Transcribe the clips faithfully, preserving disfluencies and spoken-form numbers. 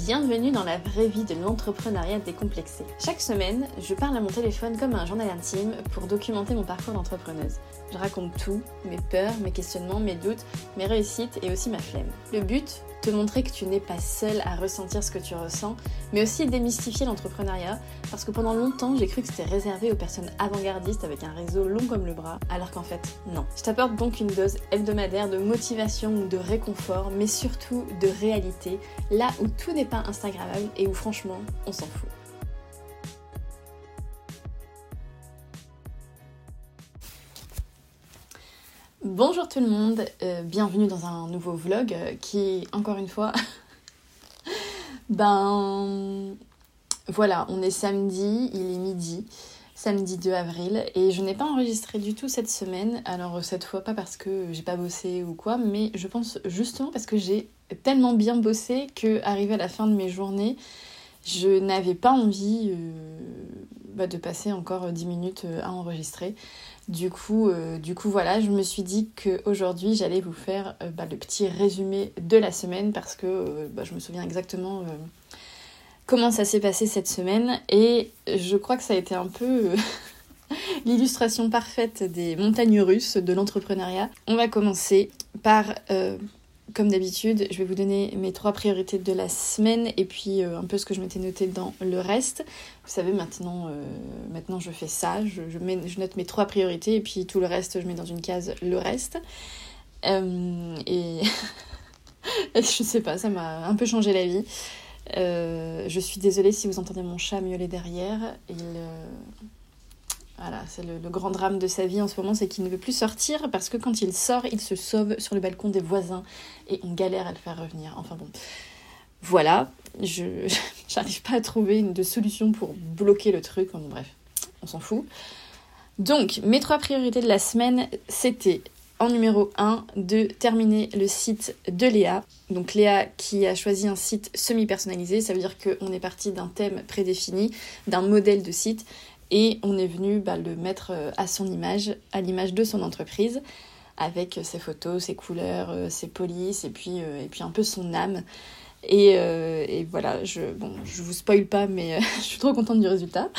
Bienvenue dans la vraie vie de l'entrepreneuriat décomplexé. Chaque semaine, je parle à mon téléphone comme à un journal intime pour documenter mon parcours d'entrepreneuse. Je raconte tout, mes peurs, mes questionnements, mes doutes, mes réussites et aussi ma flemme. Le but, te montrer que tu n'es pas seule à ressentir ce que tu ressens, mais aussi démystifier l'entrepreneuriat, parce que pendant longtemps, j'ai cru que c'était réservé aux personnes avant-gardistes avec un réseau long comme le bras, alors qu'en fait, non. Je t'apporte donc une dose hebdomadaire de motivation ou de réconfort, mais surtout de réalité, là où tout n'est pas instagrammable et où franchement, on s'en fout. Bonjour tout le monde, euh, bienvenue dans un nouveau vlog euh, qui, encore une fois, ben voilà, on est samedi, il est midi, samedi deux avril, et je n'ai pas enregistré du tout cette semaine. Alors cette fois, pas parce que j'ai pas bossé ou quoi, mais je pense justement parce que j'ai tellement bien bossé que arrivé à la fin de mes journées, je n'avais pas envie euh, bah, de passer encore dix minutes à enregistrer. Du coup, euh, du coup, voilà, je me suis dit qu'aujourd'hui, j'allais vous faire euh, bah, le petit résumé de la semaine parce que euh, bah, je me souviens exactement euh, comment ça s'est passé cette semaine. Et je crois que ça a été un peu euh, l'illustration parfaite des montagnes russes de l'entrepreneuriat. On va commencer par... Euh, Comme d'habitude, je vais vous donner mes trois priorités de la semaine et puis euh, un peu ce que je m'étais noté dans le reste. Vous savez, maintenant, euh, maintenant je fais ça, je, je, mets, je note mes trois priorités et puis tout le reste, je mets dans une case le reste. Euh, et je sais pas, ça m'a un peu changé la vie. Euh, je suis désolée si vous entendez mon chat miauler derrière. Il... Euh... Voilà, c'est le, le grand drame de sa vie en ce moment, c'est qu'il ne veut plus sortir parce que quand il sort, il se sauve sur le balcon des voisins et on galère à le faire revenir. Enfin bon, voilà, je j'arrive pas à trouver une de solution pour bloquer le truc. Bon, bref, on s'en fout. Donc, mes trois priorités de la semaine, c'était en numéro un de terminer le site de Léa. Donc Léa qui a choisi un site semi-personnalisé, ça veut dire qu'on est parti d'un thème prédéfini, d'un modèle de site. Et on est venu bah, le mettre à son image, à l'image de son entreprise, avec ses photos, ses couleurs, ses polices, et puis, euh, et puis un peu son âme. Et, euh, et voilà, je, bon, je vous spoil pas, mais euh, je suis trop contente du résultat.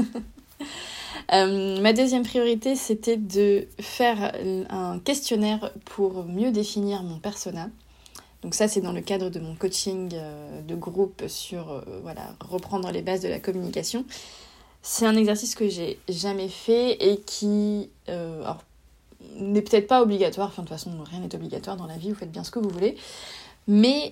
euh, ma deuxième priorité, c'était de faire un questionnaire pour mieux définir mon persona. Donc ça, c'est dans le cadre de mon coaching euh, de groupe sur euh, voilà, reprendre les bases de la communication. C'est un exercice que j'ai jamais fait et qui euh, alors, n'est peut-être pas obligatoire. Enfin, de toute façon, rien n'est obligatoire dans la vie, vous faites bien ce que vous voulez. Mais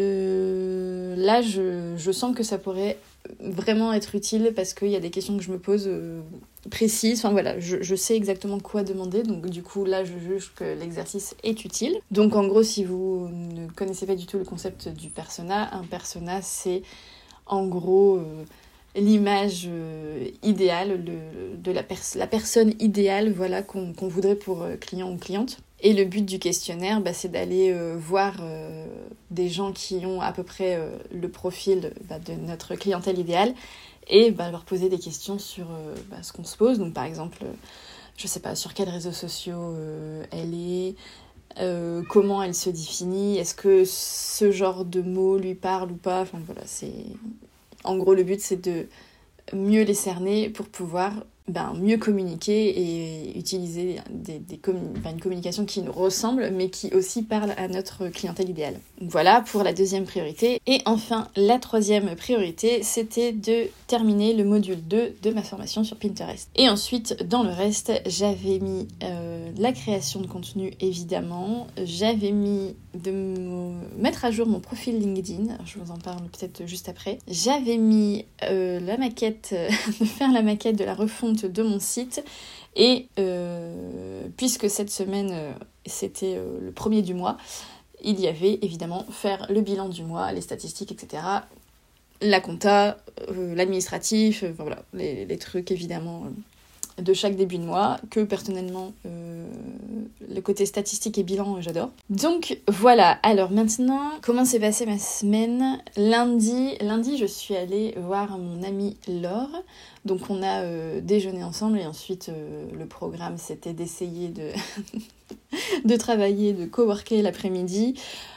euh, là, je, je sens que ça pourrait vraiment être utile parce qu'il y a des questions que je me pose euh, précises. Enfin voilà, je, je sais exactement quoi demander. Donc du coup, là, je juge que l'exercice est utile. Donc en gros, si vous ne connaissez pas du tout le concept du persona, un persona, c'est en gros... Euh, l'image euh, idéale le, de la, pers- la personne idéale voilà, qu'on, qu'on voudrait pour euh, client ou cliente. Et le but du questionnaire, bah, c'est d'aller euh, voir euh, des gens qui ont à peu près euh, le profil bah, de notre clientèle idéale et bah, leur poser des questions sur euh, bah, ce qu'on se pose. Donc par exemple, euh, je sais pas, sur quels réseaux sociaux euh, elle est, euh, comment elle se définit, est-ce que ce genre de mots lui parle ou pas. Enfin voilà, c'est... En gros, le but, c'est de mieux les cerner pour pouvoir ben, mieux communiquer et utiliser des, des commun- enfin, une communication qui nous ressemble, mais qui aussi parle à notre clientèle idéale. Voilà pour la deuxième priorité. Et enfin, la troisième priorité, c'était de terminer le module deux de ma formation sur Pinterest. Et ensuite, dans le reste, j'avais mis euh, la création de contenu, évidemment. J'avais mis de me mettre à jour mon profil LinkedIn. Je vous en parle peut-être juste après. J'avais mis euh, la maquette, de faire la maquette de la refonte de mon site et euh, puisque cette semaine euh, c'était euh, le premier du mois, il y avait évidemment faire le bilan du mois, les statistiques, et cetera. La compta, euh, l'administratif, euh, voilà, les, les trucs évidemment euh, de chaque début de mois que personnellement euh, le côté statistique et bilan euh, j'adore. Donc voilà, alors maintenant comment s'est passée ma semaine? Lundi, lundi je suis allée voir mon amie Laure. Donc on a euh, déjeuné ensemble et ensuite euh, le programme c'était d'essayer de, de travailler, de coworker l'après-midi.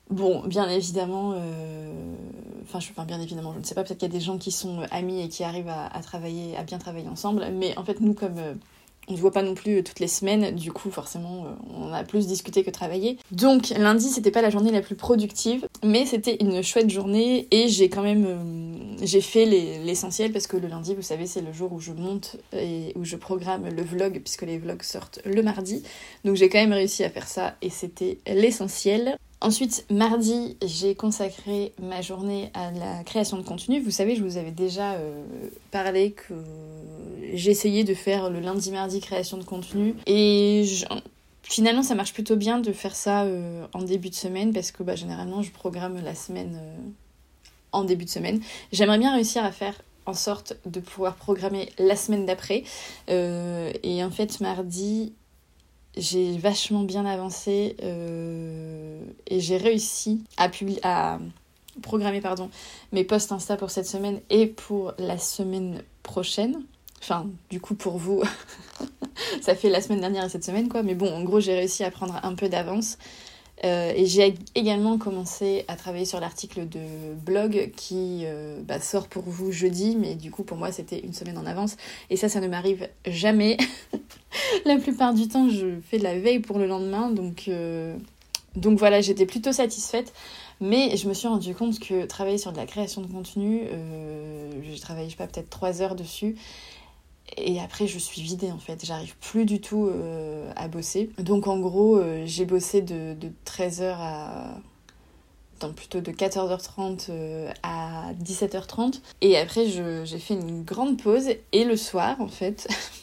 Bon, bien évidemment, euh... enfin, je... enfin, bien évidemment, je ne sais pas, peut-être qu'il y a des gens qui sont amis et qui arrivent à, à travailler, à bien travailler ensemble, mais en fait, nous, comme euh, on ne se voit pas non plus toutes les semaines, du coup, forcément, euh, on a plus discuté que travaillé. Donc, lundi, c'était pas la journée la plus productive, mais c'était une chouette journée et j'ai quand même, euh, j'ai fait les... l'essentiel parce que le lundi, vous savez, c'est le jour où je monte et où je programme le vlog, puisque les vlogs sortent le mardi. Donc, j'ai quand même réussi à faire ça et c'était l'essentiel. Ensuite, mardi, j'ai consacré ma journée à la création de contenu. Vous savez, je vous avais déjà euh, parlé que j'essayais de faire le lundi-mardi création de contenu. Et je... finalement, ça marche plutôt bien de faire ça euh, en début de semaine parce que bah, généralement, je programme la semaine euh, en début de semaine. J'aimerais bien réussir à faire en sorte de pouvoir programmer la semaine d'après. Euh, et en fait, mardi... j'ai vachement bien avancé euh, et j'ai réussi à, publier, à programmer pardon, mes posts Insta pour cette semaine et pour la semaine prochaine. Enfin, du coup, pour vous, ça fait la semaine dernière et cette semaine, quoi. Mais bon, en gros, j'ai réussi à prendre un peu d'avance. Euh, et j'ai également commencé à travailler sur l'article de blog qui euh, bah, sort pour vous jeudi, mais du coup pour moi c'était une semaine en avance et ça ça ne m'arrive jamais. La plupart du temps je fais de la veille pour le lendemain, donc, euh... donc voilà, j'étais plutôt satisfaite, mais je me suis rendu compte que travailler sur de la création de contenu, euh... j'ai travaillé je sais pas peut-être trois heures dessus. Et après, je suis vidée en fait, j'arrive plus du tout euh, à bosser. Donc en gros, euh, j'ai bossé de, de treize heures à... Non, plutôt de quatorze heures trente euh, à dix-sept heures trente. Et après, je, j'ai fait une grande pause. Et le soir, en fait,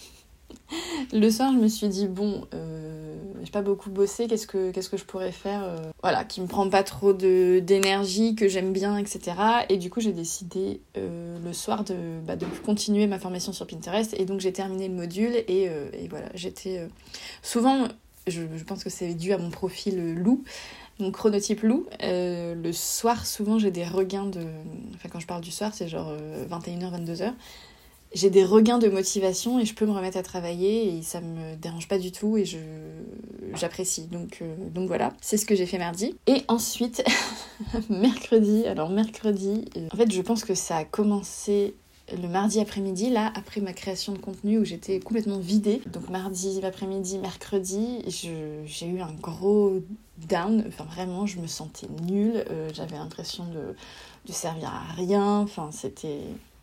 le soir, je me suis dit, bon, euh, j'ai pas beaucoup bossé, qu'est-ce que, qu'est-ce que je pourrais faire euh, voilà, qui me prend pas trop de, d'énergie, que j'aime bien, et cetera. Et du coup, j'ai décidé euh, le soir de, bah, de continuer ma formation sur Pinterest. Et donc, j'ai terminé le module et, euh, et voilà, j'étais... Euh... Souvent, je, je pense que c'est dû à mon profil loup, mon chronotype loup. Euh, le soir, souvent, j'ai des regains de... Enfin, quand je parle du soir, c'est genre euh, vingt et une heures, vingt-deux heures. J'ai des regains de motivation et je peux me remettre à travailler et ça me dérange pas du tout et je j'apprécie. Donc, euh, donc voilà, c'est ce que j'ai fait mardi. Et ensuite, mercredi, alors mercredi, euh, en fait je pense que ça a commencé le mardi après-midi, là, après ma création de contenu où j'étais complètement vidée. Donc mardi après-midi, mercredi, je, j'ai eu un gros down, enfin vraiment je me sentais nulle, euh, j'avais l'impression de, de servir à rien, enfin c'était...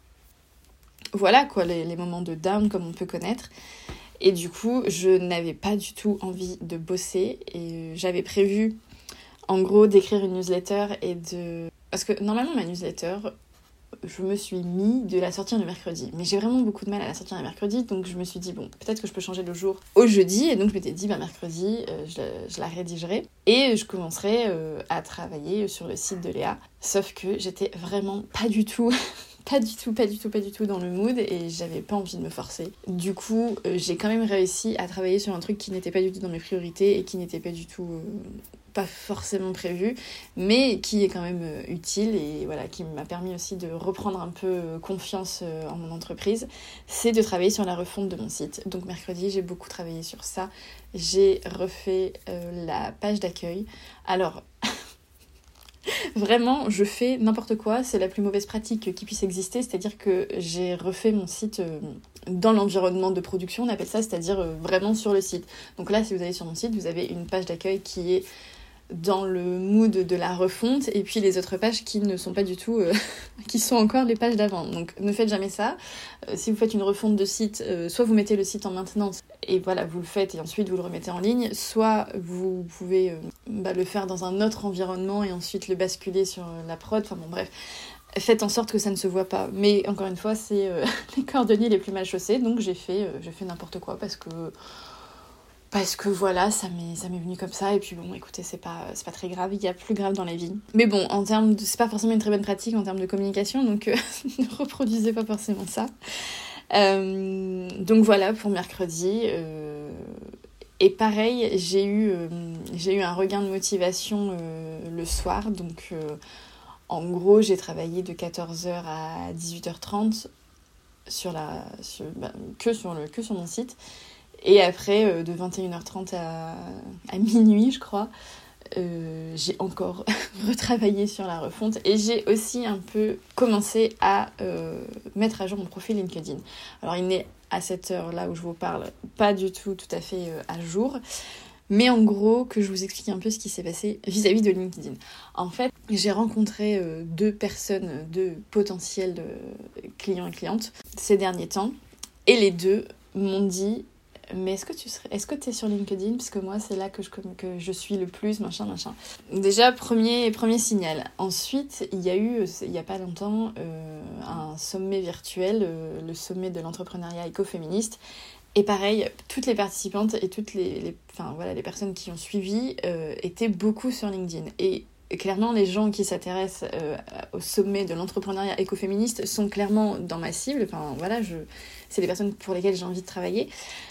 Voilà quoi, les, les moments de down comme on peut connaître. Et du coup, je n'avais pas du tout envie de bosser. Et j'avais prévu, en gros, d'écrire une newsletter et de... Parce que normalement, ma newsletter, je me suis mis de la sortir le mercredi. Mais j'ai vraiment beaucoup de mal à la sortir le mercredi. Donc je me suis dit, bon, peut-être que je peux changer le jour au jeudi. Et donc je m'étais dit, bah mercredi, euh, je, je la rédigerai. Et je commencerai euh, à travailler sur le site de Léa. Sauf que j'étais vraiment pas du tout... Pas du tout, pas du tout, pas du tout dans le mood et j'avais pas envie de me forcer. Du coup, euh, j'ai quand même réussi à travailler sur un truc qui n'était pas du tout dans mes priorités et qui n'était pas du tout, euh, pas forcément prévu, mais qui est quand même euh, utile et voilà, qui m'a permis aussi de reprendre un peu euh, confiance euh, en mon entreprise. C'est de travailler sur la refonte de mon site. Donc mercredi, j'ai beaucoup travaillé sur ça. J'ai refait euh, la page d'accueil. Alors... Vraiment, je fais n'importe quoi, c'est la plus mauvaise pratique qui puisse exister, c'est-à-dire que j'ai refait mon site dans l'environnement de production, on appelle ça, c'est-à-dire vraiment sur le site. Donc là, si vous allez sur mon site, vous avez une page d'accueil qui est dans le mood de la refonte, et puis les autres pages qui ne sont pas du tout, euh, qui sont encore les pages d'avant. Donc ne faites jamais ça. Euh, si vous faites une refonte de site, euh, soit vous mettez le site en maintenance, et voilà, vous le faites, et ensuite vous le remettez en ligne, soit vous pouvez euh, bah, le faire dans un autre environnement, et ensuite le basculer sur euh, la prod, enfin bon bref. Faites en sorte que ça ne se voit pas. Mais encore une fois, c'est euh, les cordonniers les plus mal chaussés, donc j'ai fait, euh, j'ai fait n'importe quoi, parce que... Parce que voilà, ça m'est, ça m'est venu comme ça, et puis bon, écoutez, c'est pas, c'est pas très grave, il y a plus grave dans la vie. Mais bon, en termes de... c'est pas forcément une très bonne pratique en termes de communication, donc euh, ne reproduisez pas forcément ça. Euh, donc voilà, pour mercredi. Euh, et pareil, j'ai eu, euh, j'ai eu un regain de motivation euh, le soir, donc euh, en gros, j'ai travaillé de quatorze heures à dix-huit heures trente sur la, sur, bah, que, sur le, que sur mon site. Et après, euh, de vingt et une heures trente à, à minuit, je crois, euh, j'ai encore retravaillé sur la refonte et j'ai aussi un peu commencé à euh, mettre à jour mon profil LinkedIn. Alors il n'est à cette heure-là où je vous parle pas du tout tout à fait euh, à jour, mais en gros que je vous explique un peu ce qui s'est passé vis-à-vis de LinkedIn. En fait, j'ai rencontré euh, deux personnes, deux potentiels euh, clients et clientes ces derniers temps et les deux m'ont dit mais est-ce que tu serais, est-ce que t'es sur LinkedIn parce que moi c'est là que je, que je suis le plus, machin, machin. Déjà, premier, premier signal. Ensuite, il y a eu, il y a pas longtemps, euh, un sommet virtuel, euh, le sommet de l'entrepreneuriat écoféministe. Et pareil, toutes les participantes et toutes les, les, enfin, voilà, les personnes qui ont suivi euh, étaient beaucoup sur LinkedIn. Et clairement, les gens qui s'intéressent euh, au sommet de l'entrepreneuriat écoféministe sont clairement dans ma cible. Enfin, voilà, je, c'est les personnes pour lesquelles j'ai envie de travailler.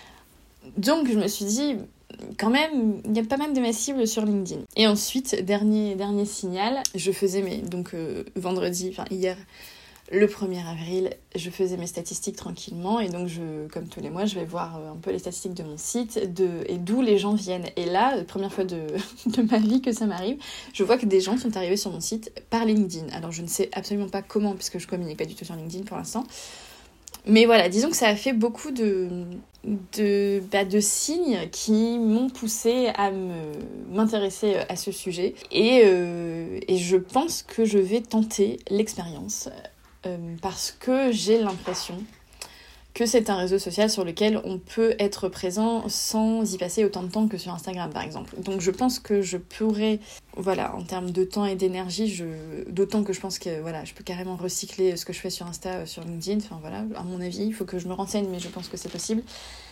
Donc je me suis dit, quand même, il y a pas mal de ma cible sur LinkedIn. Et ensuite, dernier, dernier signal, je faisais mes... Donc euh, vendredi, enfin hier, le premier avril, je faisais mes statistiques tranquillement. Et donc, je, comme tous les mois, je vais voir un peu les statistiques de mon site de, et d'où les gens viennent. Et là, la première fois de, de ma vie que ça m'arrive, je vois que des gens sont arrivés sur mon site par LinkedIn. Alors je ne sais absolument pas comment, puisque je communique pas du tout sur LinkedIn pour l'instant. Mais voilà, disons que ça a fait beaucoup de, de, bah, de signes qui m'ont poussée à me, m'intéresser à ce sujet. Et, euh, et je pense que je vais tenter l'expérience euh, parce que j'ai l'impression que c'est un réseau social sur lequel on peut être présent sans y passer autant de temps que sur Instagram, par exemple. Donc je pense que je pourrais, voilà, en termes de temps et d'énergie, je... d'autant que je pense que voilà, je peux carrément recycler ce que je fais sur Insta, sur LinkedIn, enfin voilà, à mon avis, il faut que je me renseigne, mais je pense que c'est possible.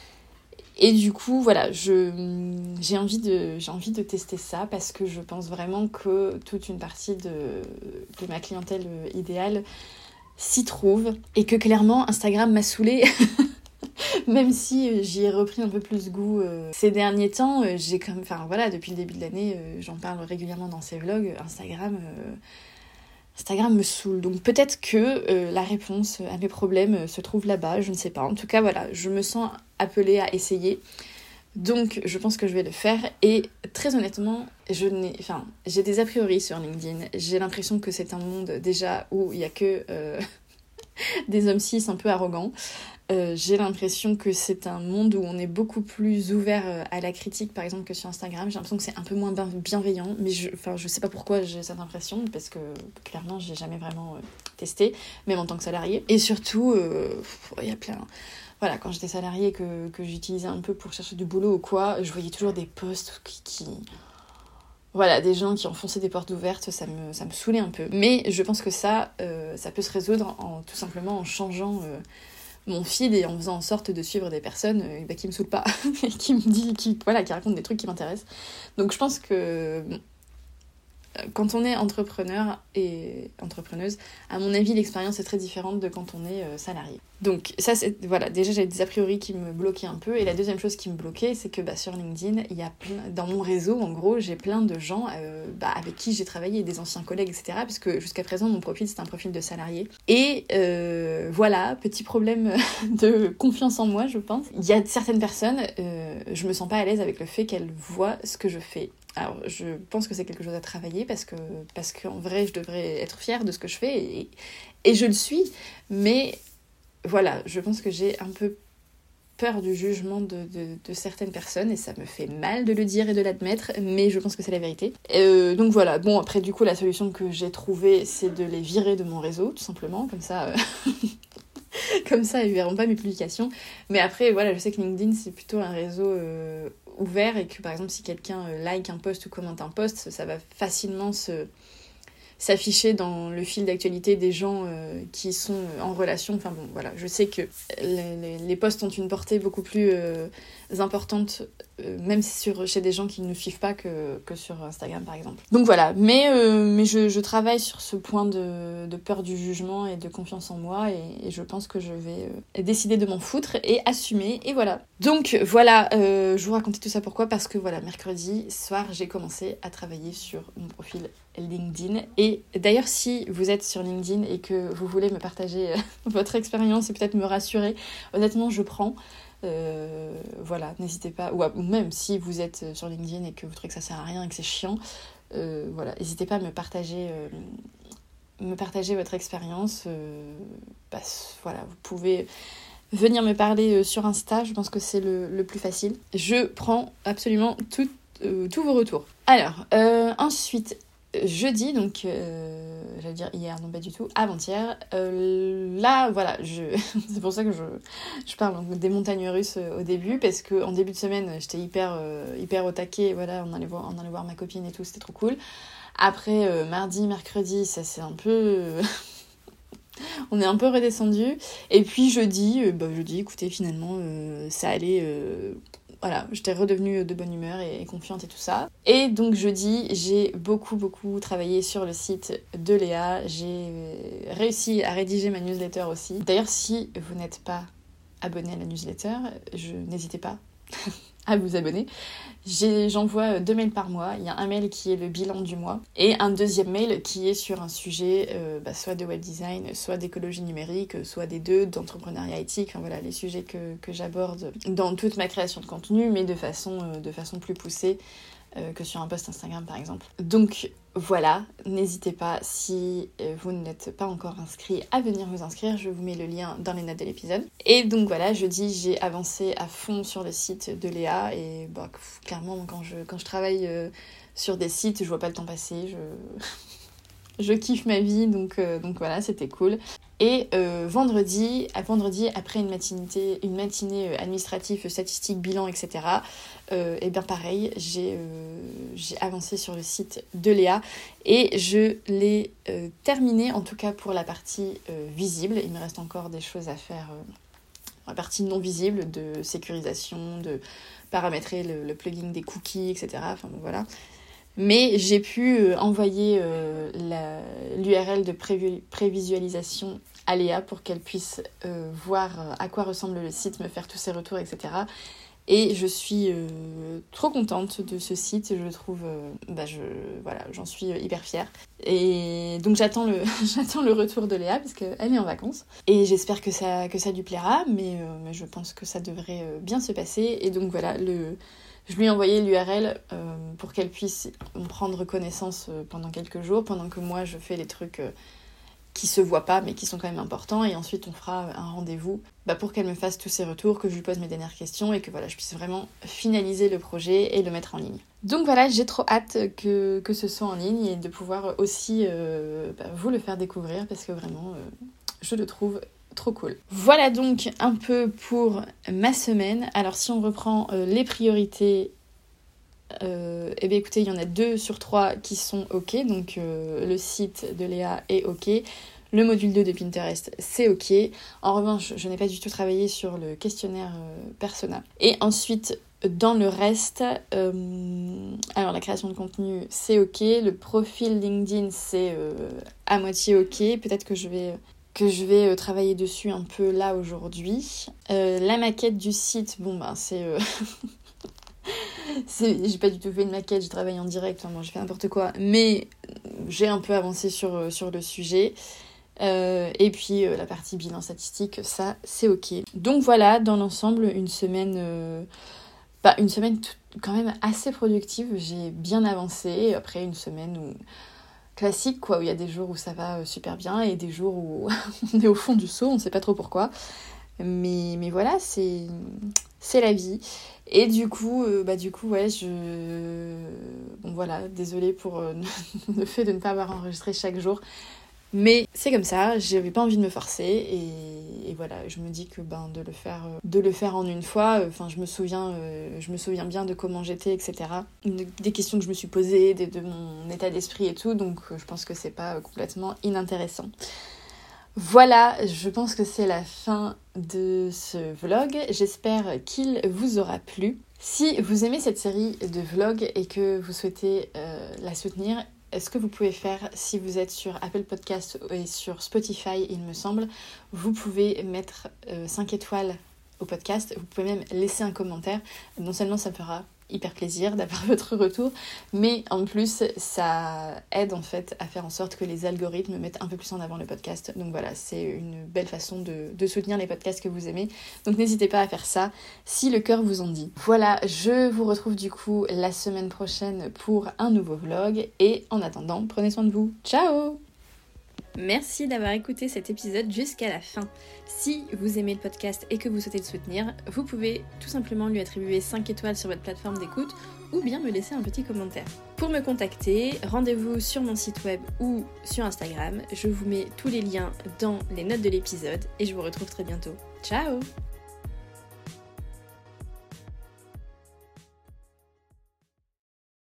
Et du coup, voilà, je... j'ai, envie de... j'ai envie de tester ça parce que je pense vraiment que toute une partie de, de ma clientèle idéale s'y trouve et que clairement Instagram m'a saoulée même si j'y ai repris un peu plus goût euh, ces derniers temps. euh, j'ai comme enfin voilà depuis le début de l'année euh, j'en parle régulièrement dans ces vlogs. Instagram euh, Instagram me saoule, donc peut-être que euh, la réponse à mes problèmes euh, se trouve là-bas, je ne sais pas. En tout cas voilà, je me sens appelée à essayer. Donc je pense que je vais le faire et très honnêtement, je n'ai, enfin, j'ai des a priori sur LinkedIn. J'ai l'impression que c'est un monde déjà où il n'y a que euh, des hommes cis un peu arrogants. Euh, j'ai l'impression que c'est un monde où on est beaucoup plus ouvert à la critique par exemple que sur Instagram. J'ai l'impression que c'est un peu moins bienveillant, mais je, enfin, je sais pas pourquoi j'ai cette impression parce que clairement j'ai jamais vraiment euh, testé, même en tant que salariée. Et surtout, il euh, y a plein... Voilà, quand j'étais salariée, que, que j'utilisais un peu pour chercher du boulot ou quoi, je voyais toujours des posts qui... qui... Voilà, des gens qui enfonçaient des portes ouvertes, ça me, ça me saoulait un peu. Mais je pense que ça, euh, ça peut se résoudre en, tout simplement en changeant euh, mon feed et en faisant en sorte de suivre des personnes euh, bah, qui me saoulent pas, et qui me disent, qui, voilà, qui racontent des trucs qui m'intéressent. Donc je pense que... Bon, quand on est entrepreneur et entrepreneuse, à mon avis, l'expérience est très différente de quand on est euh, salarié. Donc ça, c'est, voilà, déjà j'avais des a priori qui me bloquaient un peu. Et la deuxième chose qui me bloquait, c'est que bah, sur LinkedIn, il y a plein, dans mon réseau, en gros, j'ai plein de gens euh, bah, avec qui j'ai travaillé, des anciens collègues, et cetera. Parce que jusqu'à présent, mon profil, c'est un profil de salarié. Et euh, voilà, petit problème de confiance en moi, je pense. Il y a certaines personnes, euh, je me sens pas à l'aise avec le fait qu'elles voient ce que je fais. Alors, je pense que c'est quelque chose à travailler parce que parce qu'en vrai, je devrais être fière de ce que je fais et, et je le suis. Mais voilà, je pense que j'ai un peu peur du jugement de, de, de certaines personnes et ça me fait mal de le dire et de l'admettre, mais je pense que c'est la vérité. Euh, donc voilà, bon, après, du coup, la solution que j'ai trouvée, c'est de les virer de mon réseau, tout simplement, comme ça... Euh... Comme ça, ils verront pas mes publications. Mais après, voilà, je sais que LinkedIn, c'est plutôt un réseau euh, ouvert et que, par exemple, si quelqu'un euh, like un post ou commente un post, ça va facilement se... s'afficher dans le fil d'actualité des gens euh, qui sont en relation. Enfin bon, voilà, je sais que les, les, les posts ont une portée beaucoup plus euh, importante, euh, même sur, chez des gens qui ne suivent pas que, que sur Instagram, par exemple. Donc voilà, mais, euh, mais je, je travaille sur ce point de, de peur du jugement et de confiance en moi, et, et je pense que je vais euh, décider de m'en foutre et assumer, et voilà. Donc voilà, euh, je vous racontais tout ça pourquoi, parce que voilà, mercredi soir, j'ai commencé à travailler sur mon profil LinkedIn. Et d'ailleurs, si vous êtes sur LinkedIn et que vous voulez me partager votre expérience et peut-être me rassurer, honnêtement, je prends. Euh, voilà, n'hésitez pas, ou, à, ou même si vous êtes sur LinkedIn et que vous trouvez que ça sert à rien et que c'est chiant, euh, voilà, n'hésitez pas à me partager, euh, me partager votre expérience. Euh, bah, voilà, vous pouvez venir me parler sur Insta, je pense que c'est le, le plus facile. Je prends absolument tout, euh, tous vos retours. Alors, euh, ensuite, jeudi, donc, euh, j'allais dire hier, non pas du tout, avant-hier, euh, là, voilà, je... c'est pour ça que je, je parle donc, des montagnes russes au début, parce qu'en début de semaine, j'étais hyper, euh, hyper au taquet, voilà, on allait, voir, on allait voir ma copine et tout, c'était trop cool. Après, euh, mardi, mercredi, ça c'est un peu... on est un peu redescendu. Et puis jeudi, euh, bah, jeudi, écoutez, finalement, euh, ça allait... Euh, voilà, j'étais redevenue de bonne humeur et, et confiante et tout ça. Et donc jeudi, j'ai beaucoup, beaucoup travaillé sur le site de Léa. J'ai réussi à rédiger ma newsletter aussi. D'ailleurs, si vous n'êtes pas abonné à la newsletter, je n'hésitez pas à vous abonner. J'ai, j'envoie deux mails par mois. Il y a un mail qui est le bilan du mois et un deuxième mail qui est sur un sujet euh, bah, soit de web design, soit d'écologie numérique, soit des deux, d'entrepreneuriat éthique. Enfin voilà, les sujets que, que j'aborde dans toute ma création de contenu, mais de façon, euh, de façon plus poussée euh, que sur un post Instagram par exemple. Donc voilà, n'hésitez pas, si vous n'êtes pas encore inscrit, à venir vous inscrire. Je vous mets le lien dans les notes de l'épisode. Et donc voilà, jeudi, j'ai avancé à fond sur le site de Léa. Et bah, clairement, quand je, quand je travaille euh, sur des sites, je vois pas le temps passer. Je, je kiffe ma vie, donc, euh, donc voilà, c'était cool. Et euh, vendredi, à vendredi, après une matinée, une matinée administrative, statistique, bilan, et cetera, euh, et bien pareil, j'ai, euh, j'ai avancé sur le site de Léa et je l'ai euh, terminé, en tout cas pour la partie euh, visible. Il me reste encore des choses à faire, euh, la partie non visible, de sécurisation, de paramétrer le, le plugin des cookies, et cetera. Enfin bon, voilà. Mais j'ai pu euh, envoyer euh, la, l'U R L de prévu, prévisualisation à Léa pour qu'elle puisse euh, voir à quoi ressemble le site, me faire tous ses retours, et cetera. Et je suis euh, trop contente de ce site, je trouve, euh, bah je, voilà, j'en suis hyper fière. Et donc j'attends le, j'attends le retour de Léa parce qu'elle est en vacances. Et j'espère que ça, que ça lui plaira, mais, euh, mais je pense que ça devrait bien se passer. Et donc voilà, le... je lui ai envoyé l'U R L euh, pour qu'elle puisse en prendre connaissance pendant quelques jours, pendant que moi je fais les trucs euh, qui se voient pas mais qui sont quand même importants. Et ensuite on fera un rendez-vous bah, pour qu'elle me fasse tous ses retours, que je lui pose mes dernières questions et que voilà, je puisse vraiment finaliser le projet et le mettre en ligne. Donc voilà, j'ai trop hâte que, que ce soit en ligne et de pouvoir aussi euh, bah, vous le faire découvrir parce que vraiment euh, je le trouve trop cool. Voilà donc un peu pour ma semaine. Alors si on reprend euh, les priorités, euh, eh bien écoutez, il y en a deux sur trois qui sont ok. Donc euh, le site de Léa est ok. Le module deux de Pinterest, c'est ok. En revanche, je n'ai pas du tout travaillé sur le questionnaire euh, persona. Et ensuite, dans le reste, euh, alors la création de contenu, c'est ok. Le profil LinkedIn, c'est euh, à moitié ok. Peut-être que je vais... que je vais euh, travailler dessus un peu là aujourd'hui. Euh, la maquette du site, bon ben c'est... Euh... c'est... J'ai pas du tout fait une maquette, j'ai travaillé en direct, enfin bon j'ai fait n'importe quoi, mais j'ai un peu avancé sur, euh, sur le sujet. Euh, et puis euh, la partie bilan statistique, ça c'est ok. Donc voilà, dans l'ensemble, une semaine... Euh... Bah, une semaine t- quand même assez productive, j'ai bien avancé. Après une semaine où... classique quoi, où il y a des jours où ça va super bien et des jours où on est au fond du seau, on sait pas trop pourquoi, mais, mais voilà, c'est, c'est la vie. Et du coup, euh, bah du coup ouais, je... bon voilà, désolée pour euh, le fait de ne pas avoir enregistré chaque jour, mais c'est comme ça, j'avais pas envie de me forcer et, et voilà, je me dis que ben de le faire, de le faire en une fois, enfin euh, je me souviens, euh, je me souviens bien de comment j'étais, et cetera. Des questions que je me suis posées, de, de mon état d'esprit et tout, donc euh, je pense que c'est pas complètement inintéressant. Voilà, je pense que c'est la fin de ce vlog. J'espère qu'il vous aura plu. Si vous aimez cette série de vlogs et que vous souhaitez euh, la soutenir, ce que vous pouvez faire si vous êtes sur Apple Podcast et sur Spotify, il me semble, vous pouvez mettre euh, cinq étoiles au podcast, vous pouvez même laisser un commentaire. Non seulement ça me fera hyper plaisir d'avoir votre retour, mais en plus ça aide en fait à faire en sorte que les algorithmes mettent un peu plus en avant le podcast. Donc voilà, c'est une belle façon de, de soutenir les podcasts que vous aimez. Donc n'hésitez pas à faire ça si le cœur vous en dit. Voilà, je vous retrouve du coup la semaine prochaine pour un nouveau vlog et en attendant, prenez soin de vous. Ciao! Merci d'avoir écouté cet épisode jusqu'à la fin. Si vous aimez le podcast et que vous souhaitez le soutenir, vous pouvez tout simplement lui attribuer cinq étoiles sur votre plateforme d'écoute ou bien me laisser un petit commentaire. Pour me contacter, rendez-vous sur mon site web ou sur Instagram. Je vous mets tous les liens dans les notes de l'épisode et je vous retrouve très bientôt. Ciao!